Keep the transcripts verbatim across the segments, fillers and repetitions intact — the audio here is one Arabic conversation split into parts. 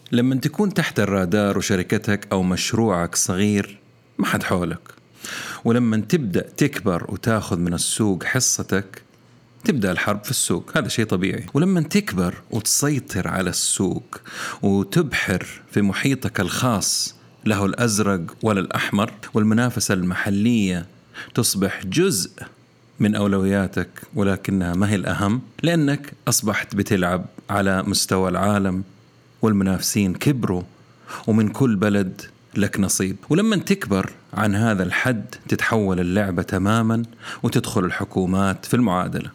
لما تكون تحت الرادار وشركتك أو مشروعك صغير ما حد حولك، ولما تبدأ تكبر وتاخذ من السوق حصتك تبدأ الحرب في السوق. هذا شيء طبيعي. ولما تكبر وتسيطر على السوق وتبحر في محيطك الخاص له الأزرق ولا الأحمر، والمنافسة المحلية تصبح جزء من أولوياتك ولكنها ما هي الأهم، لأنك أصبحت بتلعب على مستوى العالم والمنافسين كبروا ومن كل بلد لك نصيب. ولما تكبر عن هذا الحد تتحول اللعبة تماما وتدخل الحكومات في المعادلة.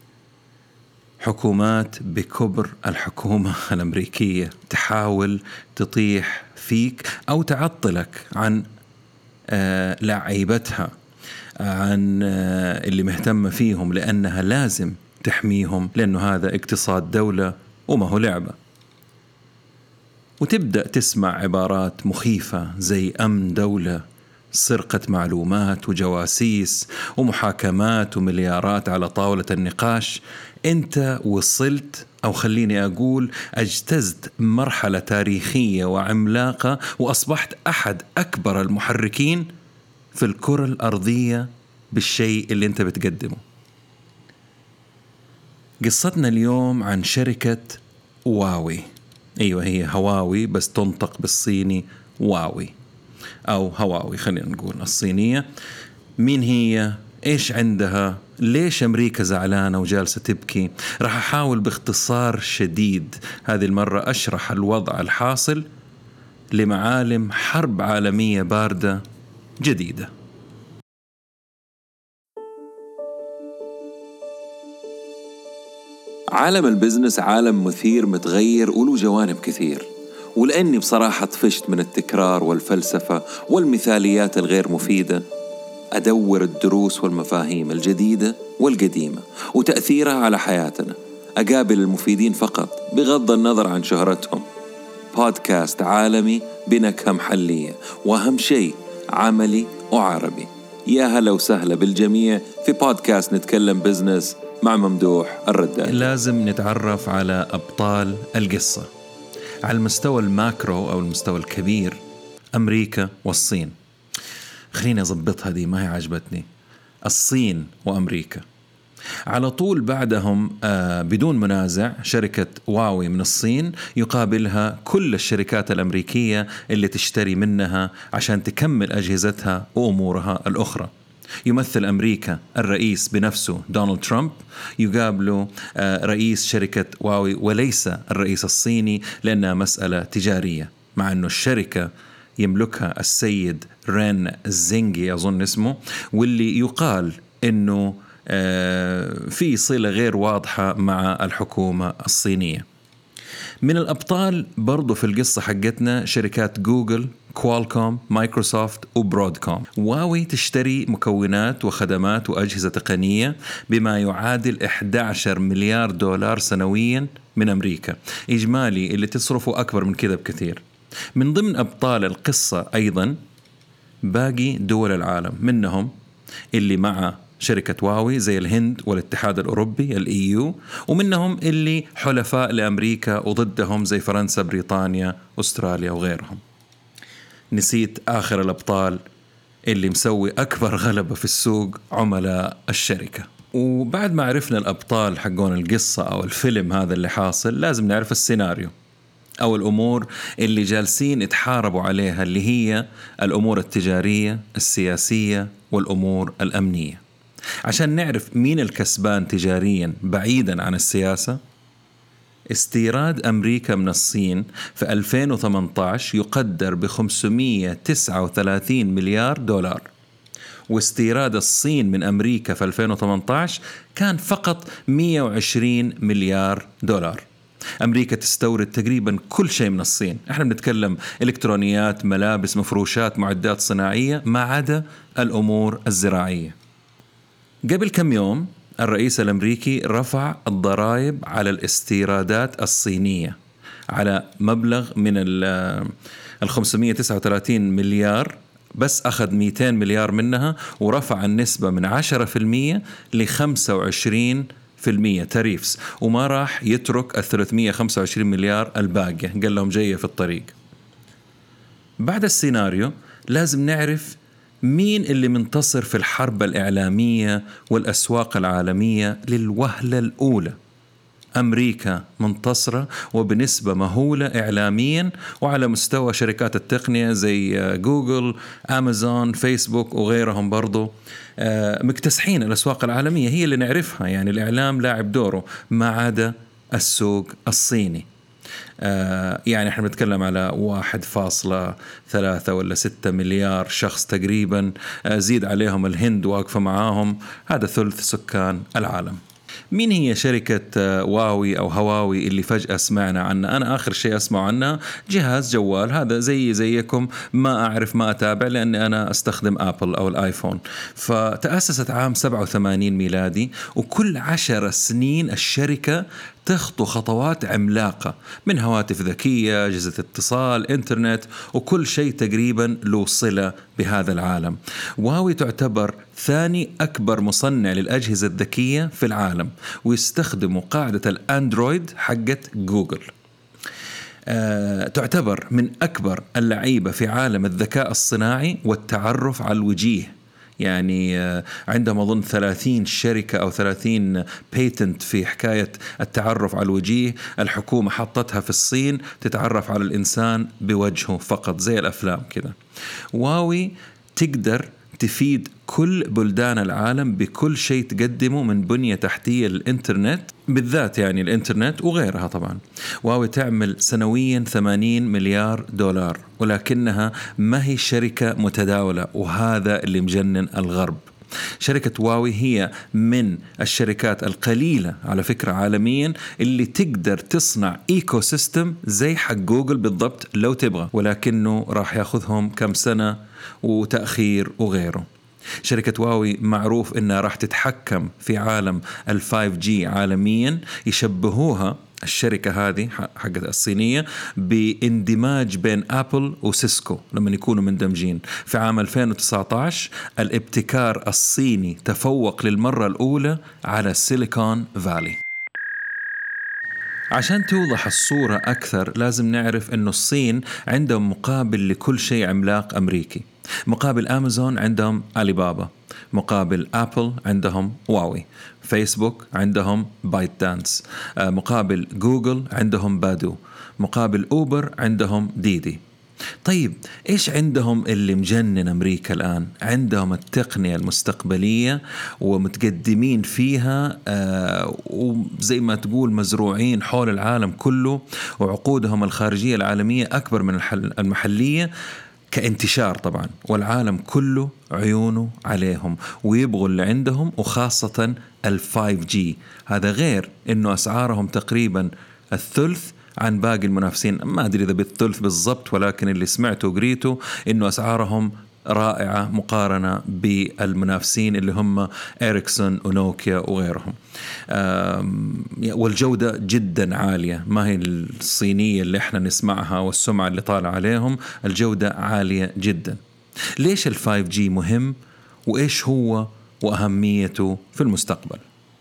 حكومات بكبر الحكومة الأمريكية تحاول تطيح فيك أو تعطلك عن آه لعيبتها، عن آه اللي مهتمة فيهم، لأنها لازم تحميهم، لأنه هذا اقتصاد دولة وما هو لعبة. وتبدأ تسمع عبارات مخيفة زي أمن دولة، سرقة معلومات وجواسيس ومحاكمات ومليارات على طاولة النقاش. أنت وصلت، أو خليني أقول اجتزت مرحلة تاريخية وعملاقة، وأصبحت أحد أكبر المحركين في الكرة الأرضية بالشيء اللي أنت بتقدمه. قصتنا اليوم عن شركة هواوي. أيوة، هي هواوي بس تنطق بالصيني واوي أو هواوي، خلينا نقول الصينية. مين هي؟ إيش عندها؟ ليش أمريكا زعلانة وجالسة تبكي؟ راح أحاول باختصار شديد هذه المرة أشرح الوضع الحاصل لمعالم حرب عالمية باردة جديدة. عالم البزنس عالم مثير متغير وله جوانب كثير، ولأني بصراحة طفشت من التكرار والفلسفة والمثاليات الغير مفيدة، أدور الدروس والمفاهيم الجديدة والقديمة وتأثيرها على حياتنا. أقابل المفيدين فقط بغض النظر عن شهرتهم. بودكاست عالمي بنكهة محلية، وأهم شيء عملي وعربي. يا هلا وسهلا بالجميع في بودكاست نتكلم بزنس مع ممدوح الرداد. لازم نتعرف على أبطال القصة على المستوى الماكرو أو المستوى الكبير. أمريكا والصين. خليني أضبطها دي، ما هي عجبتني. الصين وأمريكا على طول بعدهم آه بدون منازع شركة هواوي من الصين، يقابلها كل الشركات الأمريكية اللي تشتري منها عشان تكمل أجهزتها وأمورها الأخرى. يمثل أمريكا الرئيس بنفسه دونالد ترامب، يقابله آه رئيس شركة هواوي وليس الرئيس الصيني، لأنها مسألة تجارية، مع أنه الشركة يملكها السيد رين زينغي أظن اسمه، واللي يقال أنه في صلة غير واضحة مع الحكومة الصينية. من الأبطال برضو في القصة حقتنا شركات جوجل، كوالكوم، مايكروسوفت وبرودكوم. هواوي تشتري مكونات وخدمات وأجهزة تقنية بما يعادل إحدى عشر مليار دولار سنويا من أمريكا. إجمالي اللي تصرفه أكبر من كذا بكثير. من ضمن أبطال القصة أيضا باقي دول العالم، منهم اللي مع شركة هواوي زي الهند والاتحاد الأوروبي الإي يو، ومنهم اللي حلفاء لأمريكا وضدهم زي فرنسا، بريطانيا، أستراليا وغيرهم. نسيت آخر الأبطال اللي مسوي أكبر غلبة في السوق، عملاء الشركة. وبعد ما عرفنا الأبطال حقون القصة أو الفيلم هذا اللي حاصل، لازم نعرف السيناريو أو الأمور اللي جالسين يتحاربوا عليها، اللي هي الأمور التجارية، السياسية والأمور الأمنية. عشان نعرف مين الكسبان تجاريا بعيدا عن السياسة، استيراد أمريكا من الصين في ألفين وثمانية عشر يقدر ب خمسمائة وتسعة وثلاثين مليار دولار، واستيراد الصين من أمريكا في ألفين وثمانية عشر كان فقط مئة وعشرين مليار دولار. أمريكا تستورد تقريبا كل شيء من الصين. احنا بنتكلم إلكترونيات، ملابس، مفروشات، معدات صناعية، ما عدا الأمور الزراعية. قبل كم يوم الرئيس الأمريكي رفع الضرائب على الاستيرادات الصينية على مبلغ من ال خمسمائة وتسعة وثلاثين مليار، بس أخذ مئتين مليار منها ورفع النسبة من عشرة بالمئة ل خمسة وعشرين في المية تاريفس، وما راح يترك الثلاثمية خمسة وعشرين مليار الباقية، قال لهم جاية في الطريق. بعد السيناريو لازم نعرف مين اللي منتصر في الحرب الإعلامية والأسواق العالمية للوهلة الأولى. أمريكا منتصرة وبنسبة مهولة إعلاميا وعلى مستوى شركات التقنية زي جوجل، أمازون، فيسبوك وغيرهم برضو مكتسحين الأسواق العالمية، هي اللي نعرفها، يعني الإعلام لاعب دوره، ما عدا السوق الصيني. آه يعني احنا بنتكلم على واحد فاصلة ثلاثة ولا ستة مليار شخص تقريبا، آه زيد عليهم الهند واقفة معاهم، هذا ثلث سكان العالم. مين هي شركة واوي أو هواوي اللي فجأة سمعنا عنها؟ أنا آخر شيء أسمع عنها جهاز جوال، هذا زي زيكم، ما أعرف ما أتابع لأني أنا أستخدم أبل أو الآيفون. فتأسست عام سبعة وثمانين ميلادي، وكل عشر سنين الشركة تخطو خطوات عملاقة، من هواتف ذكية، أجهزة اتصال، إنترنت، وكل شيء تقريبا له صلة بهذا العالم. واوي تعتبر ثاني أكبر مصنع للأجهزة الذكية في العالم، ويستخدموا قاعدة الأندرويد حقت جوجل. أه تعتبر من أكبر اللعيبة في عالم الذكاء الصناعي والتعرف على الوجيه، يعني عندهم أظن ثلاثين شركة أو ثلاثين بيتنت في حكاية التعرف على الوجيه. الحكومة حطتها في الصين تتعرف على الإنسان بوجهه فقط زي الأفلام كده. واوي تقدر تفيد كل بلدان العالم بكل شيء تقدمه من بنية تحتية للإنترنت بالذات، يعني الإنترنت وغيرها طبعا. واوي تعمل سنويا ثمانين مليار دولار، ولكنها ما هي شركة متداولة، وهذا اللي مجنن الغرب. شركة واوي هي من الشركات القليلة على فكرة عالميا اللي تقدر تصنع ايكو سيستم زي حق جوجل بالضبط لو تبغى، ولكنه راح ياخذهم كم سنة وتأخير وغيره. شركة واوي معروف إنها راح تتحكم في عالم الفايف جي عالميا، يشبهوها الشركة هذه حقت الصينية باندماج بين أبل وسيسكو لما يكونوا مندمجين. في عام ألفين وتسعة عشر الابتكار الصيني تفوق للمرة الأولى على سيليكون فالي. عشان توضح الصورة أكثر لازم نعرف إنه الصين عندهم مقابل لكل شيء عملاق أمريكي. مقابل أمازون عندهم علي بابا، مقابل أبل عندهم واوي، فيسبوك عندهم بايت دانس، مقابل جوجل عندهم بادو، مقابل أوبر عندهم ديدي. طيب إيش عندهم اللي مجنن أمريكا الآن؟ عندهم التقنية المستقبلية ومتقدمين فيها، آه وزي ما تقول مزروعين حول العالم كله، وعقودهم الخارجية العالمية أكبر من المحلية كانتشار طبعا، والعالم كله عيونه عليهم ويبغوا اللي عندهم، وخاصة الفايف جي. هذا غير إنه أسعارهم تقريبا الثلث عن باقي المنافسين، ما أدري إذا بالثلث بالضبط، ولكن اللي سمعته وقريته إنه أسعارهم رائعة مقارنة بالمنافسين اللي هم إريكسون ونوكيا وغيرهم. والجودة جدا عالية، ما هي الصينية اللي احنا نسمعها والسمعة اللي طالع عليهم، الجودة عالية جدا. ليش الفايف جي مهم وإيش هو وأهميته في المستقبل؟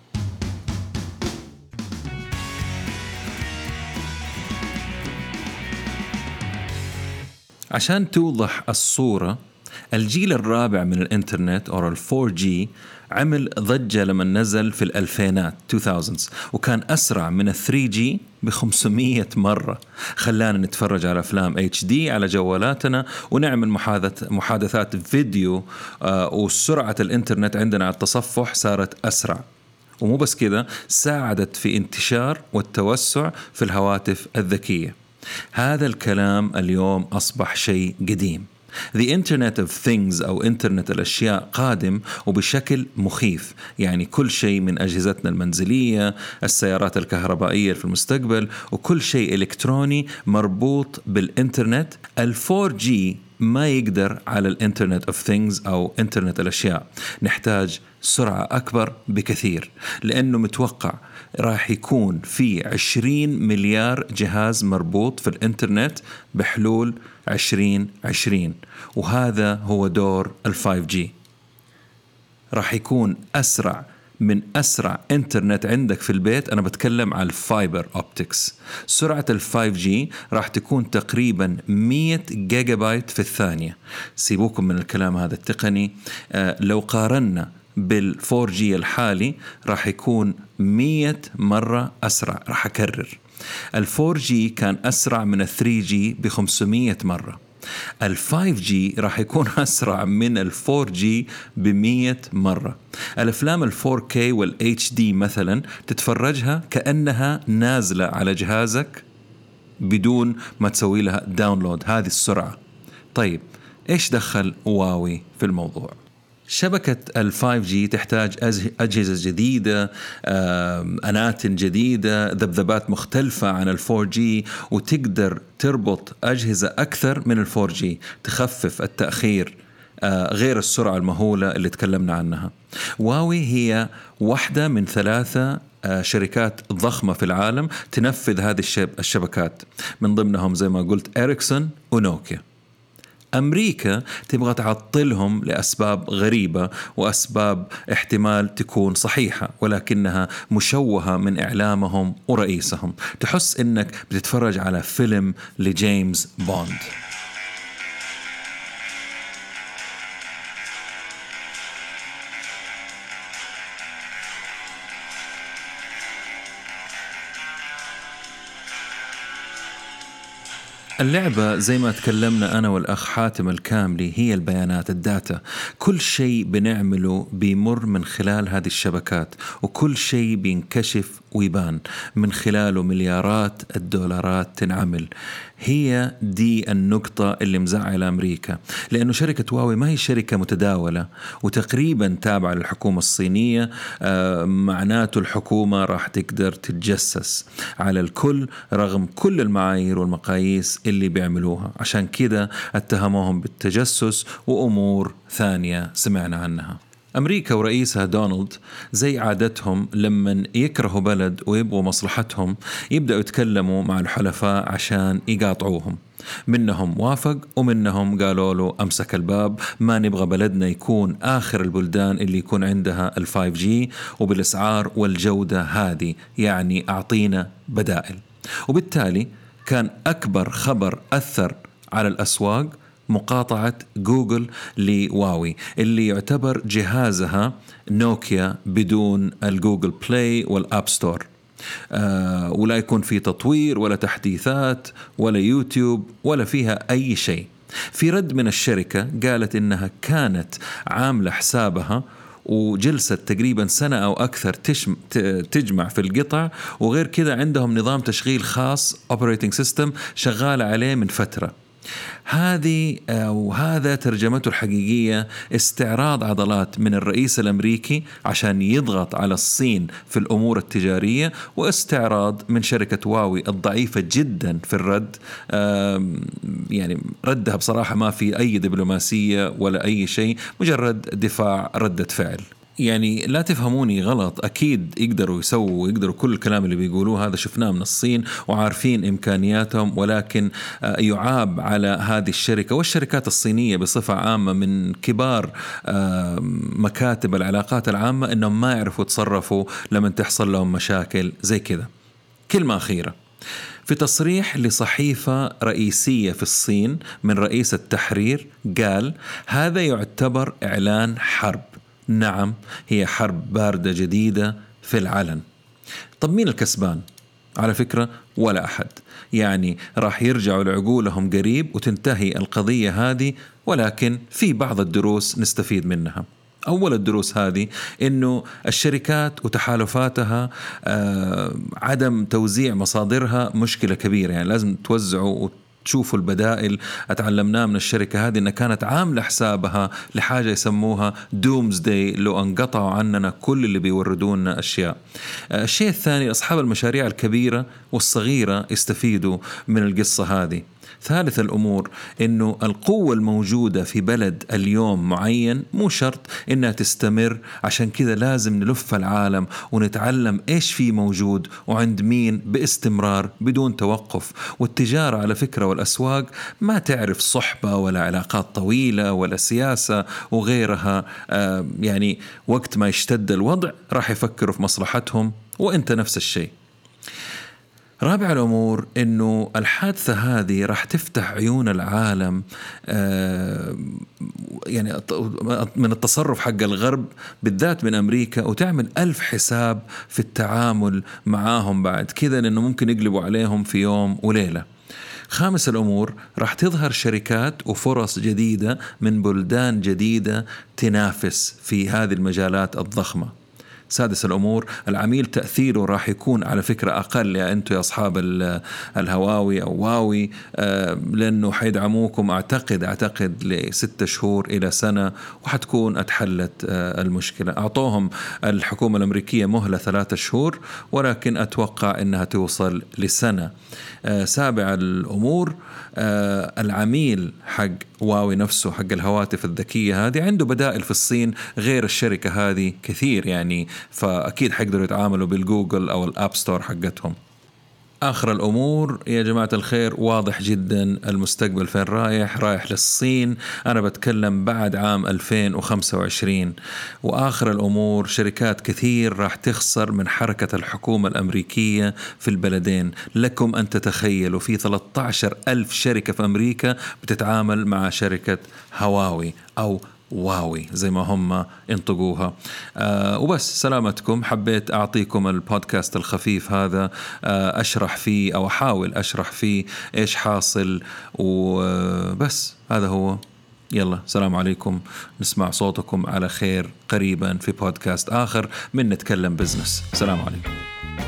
عشان توضح الصورة، الجيل الرابع من الانترنت أو الفور جي عمل ضجة لما نزل في الألفينات ألفين، وكان أسرع من الثري جي بخمسمية مرة. خلانا نتفرج على أفلام إتش دي على جوالاتنا ونعمل محادثات فيديو، آه وسرعة الانترنت عندنا على التصفح صارت أسرع. ومو بس كذا، ساعدت في انتشار والتوسع في الهواتف الذكية. هذا الكلام اليوم أصبح شيء قديم. The Internet of Things أو إنترنت الأشياء قادم وبشكل مخيف، يعني كل شيء من أجهزتنا المنزلية، السيارات الكهربائية في المستقبل، وكل شيء إلكتروني مربوط بالإنترنت. الفور جي ما يقدر على الإنترنت of Things أو إنترنت الأشياء. نحتاج سرعة أكبر بكثير، لأنه متوقع راح يكون في عشرين مليار جهاز مربوط في الإنترنت بحلول عشرين عشرين، وهذا هو دور الفايف جي. راح يكون أسرع من أسرع إنترنت عندك في البيت. أنا بتكلم على الفايبر أوبتكس. سرعة الفايف جي راح تكون تقريبا مية جيجا بايت في الثانية. سيبوكم من الكلام هذا التقني. آه لو قارنا بالفور جي الحالي راح يكون مية مرة أسرع. راح أكرر، الفور جي كان أسرع من الثري جي بخمسمية مرة. الفايف جي راح يكون أسرع من الفور جي بمية مرة. الأفلام الفور كي والاتش دي مثلا تتفرجها كأنها نازلة على جهازك بدون ما تسوي لها داونلود. هذه السرعة. طيب إيش دخل هواوي في الموضوع؟ شبكة الفايف جي تحتاج أجهزة جديدة، أناتن جديدة، ذبذبات مختلفة عن الفور جي، وتقدر تربط أجهزة أكثر من الفور جي، تخفف التأخير، غير السرعة المهولة اللي تكلمنا عنها. هواوي هي واحدة من ثلاثة شركات ضخمة في العالم تنفذ هذه الشبكات، من ضمنهم زي ما قلت إريكسون ونوكيا. أمريكا تبغى تعطلهم لأسباب غريبة وأسباب احتمال تكون صحيحة، ولكنها مشوهة من إعلامهم ورئيسهم. تحس إنك بتتفرج على فيلم لجيمس بوند. اللعبة زي ما تكلمنا أنا والأخ حاتم الكاملي هي البيانات، الداتا. كل شيء بنعمله بيمر من خلال هذه الشبكات، وكل شيء بينكشف ويبان من خلاله. مليارات الدولارات تنعمل. هي دي النقطة اللي مزعلة أمريكا، لأنه شركة هواوي ما هي شركة متداولة وتقريبا تابعة للحكومة الصينية. آه معناته الحكومة راح تقدر تتجسس على الكل رغم كل المعايير والمقاييس اللي بيعملوها. عشان كده اتهموهم بالتجسس وأمور ثانية سمعنا عنها. أمريكا ورئيسها دونالد زي عادتهم لما يكرهوا بلد ويبغوا مصلحتهم يبدأوا يتكلموا مع الحلفاء عشان يقاطعوهم. منهم وافق ومنهم قالوا له أمسك الباب، ما نبغى بلدنا يكون آخر البلدان اللي يكون عندها الفايف جي وبالأسعار والجودة هذه، يعني أعطينا بدائل. وبالتالي كان أكبر خبر أثر على الأسواق مقاطعة جوجل لهواوي اللي يعتبر جهازها نوكيا بدون الجوجل بلاي والأب ستور. آه ولا يكون في تطوير ولا تحديثات ولا يوتيوب ولا فيها أي شيء. في رد من الشركة قالت إنها كانت عاملة حسابها وجلست تقريبا سنة أو أكثر تشم تجمع في القطع، وغير كده عندهم نظام تشغيل خاص operating system شغال عليه من فترة. هذه وهذا ترجمته الحقيقية استعراض عضلات من الرئيس الأمريكي عشان يضغط على الصين في الأمور التجارية، واستعراض من شركة هواوي الضعيفة جدا في الرد. يعني ردها بصراحة ما في أي دبلوماسية ولا أي شيء، مجرد دفاع ردة فعل. يعني لا تفهموني غلط، أكيد يقدروا يسووا ويقدروا كل الكلام اللي بيقولوه هذا شفناه من الصين وعارفين إمكانياتهم، ولكن يعاب على هذه الشركة والشركات الصينية بصفة عامة من كبار مكاتب العلاقات العامة إنهم ما يعرفوا يتصرفوا لما تحصل لهم مشاكل زي كذا. كلمة أخيرة، في تصريح لصحيفة رئيسية في الصين من رئيس التحرير قال هذا يعتبر إعلان حرب. نعم، هي حرب باردة جديدة في العلن. طب مين الكسبان؟ على فكرة ولا أحد. يعني راح يرجعوا لعقولهم قريب وتنتهي القضية هذه، ولكن في بعض الدروس نستفيد منها. أول الدروس هذه إنه الشركات وتحالفاتها آه عدم توزيع مصادرها مشكلة كبيرة، يعني لازم توزعوا تشوفوا البدائل. أتعلمناه من الشركة هذه إنها كانت عاملة حسابها لحاجة يسموها دومز داي، لو انقطعوا عننا كل اللي بيوردوننا أشياء. الشيء الثاني، أصحاب المشاريع الكبيرة والصغيرة يستفيدوا من القصة هذه. ثالث الأمور إنه القوة الموجودة في بلد اليوم معين مو شرط إنها تستمر، عشان كذا لازم نلف العالم ونتعلم إيش فيه موجود وعند مين باستمرار بدون توقف. والتجارة على فكرة والأسواق ما تعرف صحبة ولا علاقات طويلة ولا سياسة وغيرها. آه يعني وقت ما يشتد الوضع راح يفكروا في مصلحتهم، وإنت نفس الشيء. رابع الأمور إنه الحادثة هذه راح تفتح عيون العالم آه يعني من التصرف حق الغرب بالذات من أمريكا، وتعمل ألف حساب في التعامل معاهم بعد كذا، لأنه ممكن يقلبوا عليهم في يوم وليلة. خامس الأمور راح تظهر شركات وفرص جديدة من بلدان جديدة تنافس في هذه المجالات الضخمة. سادس الأمور العميل تأثيره راح يكون على فكرة أقل يا أنتوا يا أصحاب الهواوي أو واوي، لأنه حيدعموكم أعتقد أعتقد لستة شهور إلى سنة وحتكون أتحلت المشكلة. أعطوهم الحكومة الأمريكية مهلة ثلاثة شهور، ولكن أتوقع أنها توصل لسنة. سابع الأمور العميل حق واوي نفسه حق الهواتف الذكية هذه عنده بدائل في الصين غير الشركة هذه كثير يعني، فأكيد حيقدروا يتعاملوا بالجوجل أو الأب ستور حقتهم. آخر الأمور يا جماعة الخير واضح جدا المستقبل فين رايح، رايح للصين. أنا بتكلم بعد عام ألفين وخمسة وعشرين. وآخر الأمور شركات كثير راح تخسر من حركة الحكومة الأمريكية في البلدين. لكم أن تتخيلوا في ثلاثة عشر ألف شركة في أمريكا بتتعامل مع شركة هواوي أو واوي زي ما هم ينطقوها. آه وبس سلامتكم، حبيت أعطيكم البودكاست الخفيف هذا آه أشرح فيه أو أحاول أشرح فيه إيش حاصل، وبس هذا هو. يلا سلام عليكم، نسمع صوتكم على خير قريبا في بودكاست آخر من نتكلم بزنس. سلام عليكم.